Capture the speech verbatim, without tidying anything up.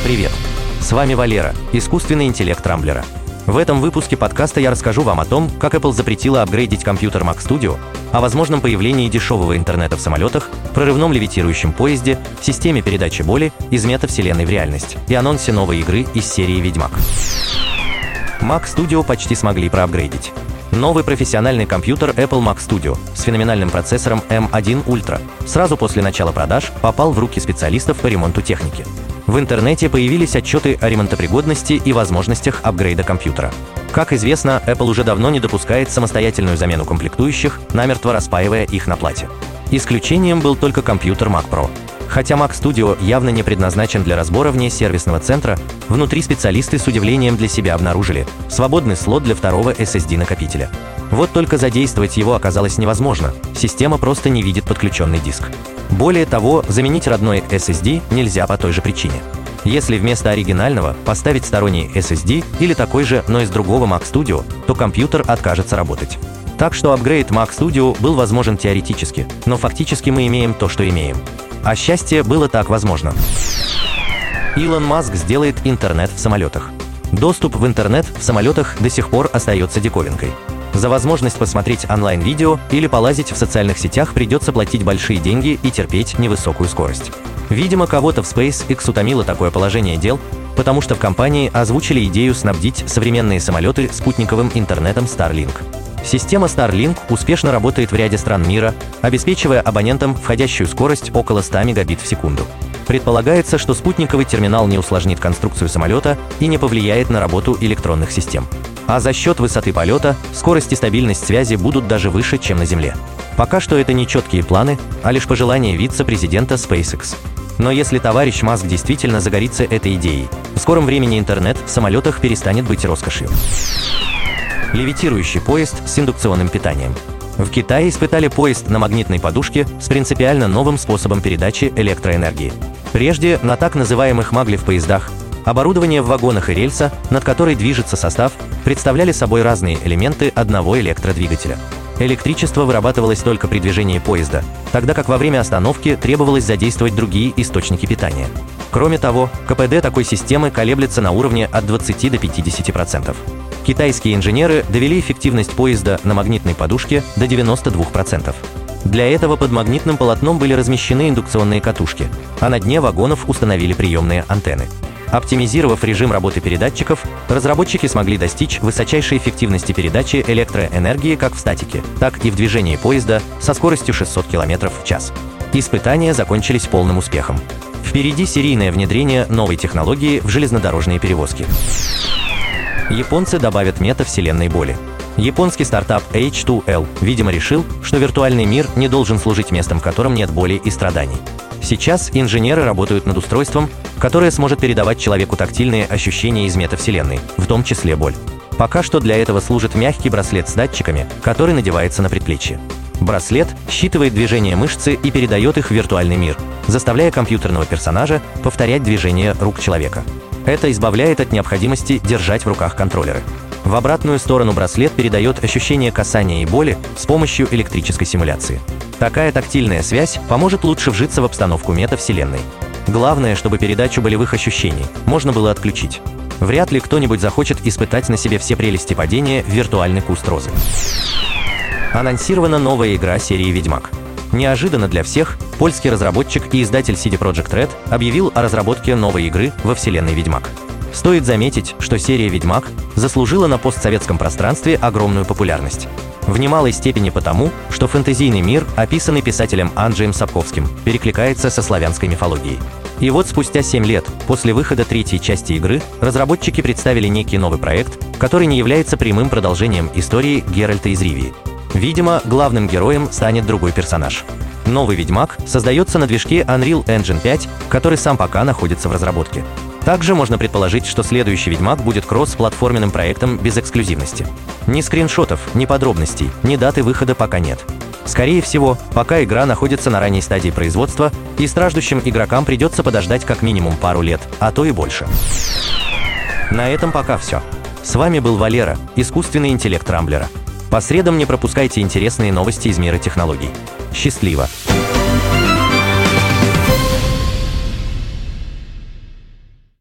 Привет! С вами Валера, искусственный интеллект Рамблера. В этом выпуске подкаста я расскажу вам о том, как Apple запретила апгрейдить компьютер Mac Studio, о возможном появлении дешевого интернета в самолетах, прорывном левитирующем поезде, системе передачи боли из метавселенной в реальность и анонсе новой игры из серии «Ведьмак». Mac Studio почти смогли проапгрейдить. Новый профессиональный компьютер Apple Mac Studio с феноменальным процессором эм один Ultra сразу после начала продаж попал в руки специалистов по ремонту техники. В интернете появились отчеты о ремонтопригодности и возможностях апгрейда компьютера. Как известно, Apple уже давно не допускает самостоятельную замену комплектующих, намертво распаивая их на плате. Исключением был только компьютер Mac Pro. Хотя Mac Studio явно не предназначен для разбора вне сервисного центра, внутри специалисты с удивлением для себя обнаружили свободный слот для второго эс эс ди-накопителя. Вот только задействовать его оказалось невозможно, система просто не видит подключенный диск. Более того, заменить родной эс эс ди нельзя по той же причине. Если вместо оригинального поставить сторонний эс эс ди или такой же, но из другого Mac Studio, то компьютер откажется работать. Так что апгрейд Mac Studio был возможен теоретически, но фактически мы имеем то, что имеем. А счастье было так возможно. Илон Маск сделает интернет в самолетах. Доступ в интернет в самолетах до сих пор остается диковинкой. За возможность посмотреть онлайн-видео или полазить в социальных сетях придется платить большие деньги и терпеть невысокую скорость. Видимо, кого-то в SpaceX утомило такое положение дел, потому что в компании озвучили идею снабдить современные самолеты спутниковым интернетом Starlink. Система Starlink успешно работает в ряде стран мира, обеспечивая абонентам входящую скорость около ста мегабит в секунду. Предполагается, что спутниковый терминал не усложнит конструкцию самолета и не повлияет на работу электронных систем. А за счет высоты полета скорость и стабильность связи будут даже выше, чем на Земле. Пока что это не четкие планы, а лишь пожелания вице-президента SpaceX. Но если товарищ Маск действительно загорится этой идеей, в скором времени интернет в самолетах перестанет быть роскошью. Левитирующий поезд с индукционным питанием. В Китае испытали поезд на магнитной подушке с принципиально новым способом передачи электроэнергии. Прежде на так называемых маглев поездах оборудование в вагонах и рельса, над которой движется состав, представляли собой разные элементы одного электродвигателя. Электричество вырабатывалось только при движении поезда, тогда как во время остановки требовалось задействовать другие источники питания. Кроме того, ка пэ дэ такой системы колеблется на уровне от двадцати до пятидесяти процентов. Китайские инженеры довели эффективность поезда на магнитной подушке до девяноста двух процентов. Для этого под магнитным полотном были размещены индукционные катушки, а на дне вагонов установили приемные антенны. Оптимизировав режим работы передатчиков, разработчики смогли достичь высочайшей эффективности передачи электроэнергии как в статике, так и в движении поезда со скоростью шестьсот километров в час. Испытания закончились полным успехом. Впереди серийное внедрение новой технологии в железнодорожные перевозки. Японцы добавят метавселенной боли. Японский стартап эйч ту эл, видимо, решил, что виртуальный мир не должен служить местом, в котором нет боли и страданий. Сейчас инженеры работают над устройством, которое сможет передавать человеку тактильные ощущения из метавселенной, в том числе боль. Пока что для этого служит мягкий браслет с датчиками, который надевается на предплечье. Браслет считывает движения мышцы и передает их в виртуальный мир, заставляя компьютерного персонажа повторять движения рук человека. Это избавляет от необходимости держать в руках контроллеры. В обратную сторону браслет передает ощущение касания и боли с помощью электрической симуляции. Такая тактильная связь поможет лучше вжиться в обстановку метавселенной. Главное, чтобы передачу болевых ощущений можно было отключить. Вряд ли кто-нибудь захочет испытать на себе все прелести падения в виртуальный куст розы. Анонсирована новая игра серии «Ведьмак». Неожиданно для всех, польский разработчик и издатель си ди Projekt Red объявил о разработке новой игры во вселенной «Ведьмак». Стоит заметить, что серия «Ведьмак» заслужила на постсоветском пространстве огромную популярность. В немалой степени потому, что фэнтезийный мир, описанный писателем Анджеем Сапковским, перекликается со славянской мифологией. И вот спустя семь лет, после выхода третьей части игры, разработчики представили некий новый проект, который не является прямым продолжением истории Геральта из Ривии. Видимо, главным героем станет другой персонаж. Новый «Ведьмак» создается на движке Unreal Engine пять, который сам пока находится в разработке. Также можно предположить, что следующий «Ведьмак» будет кросс-платформенным проектом без эксклюзивности. Ни скриншотов, ни подробностей, ни даты выхода пока нет. Скорее всего, пока игра находится на ранней стадии производства, и страждущим игрокам придется подождать как минимум пару лет, а то и больше. На этом пока все. С вами был Валера, искусственный интеллект Рамблера. По средам не пропускайте интересные новости из мира технологий. Счастливо!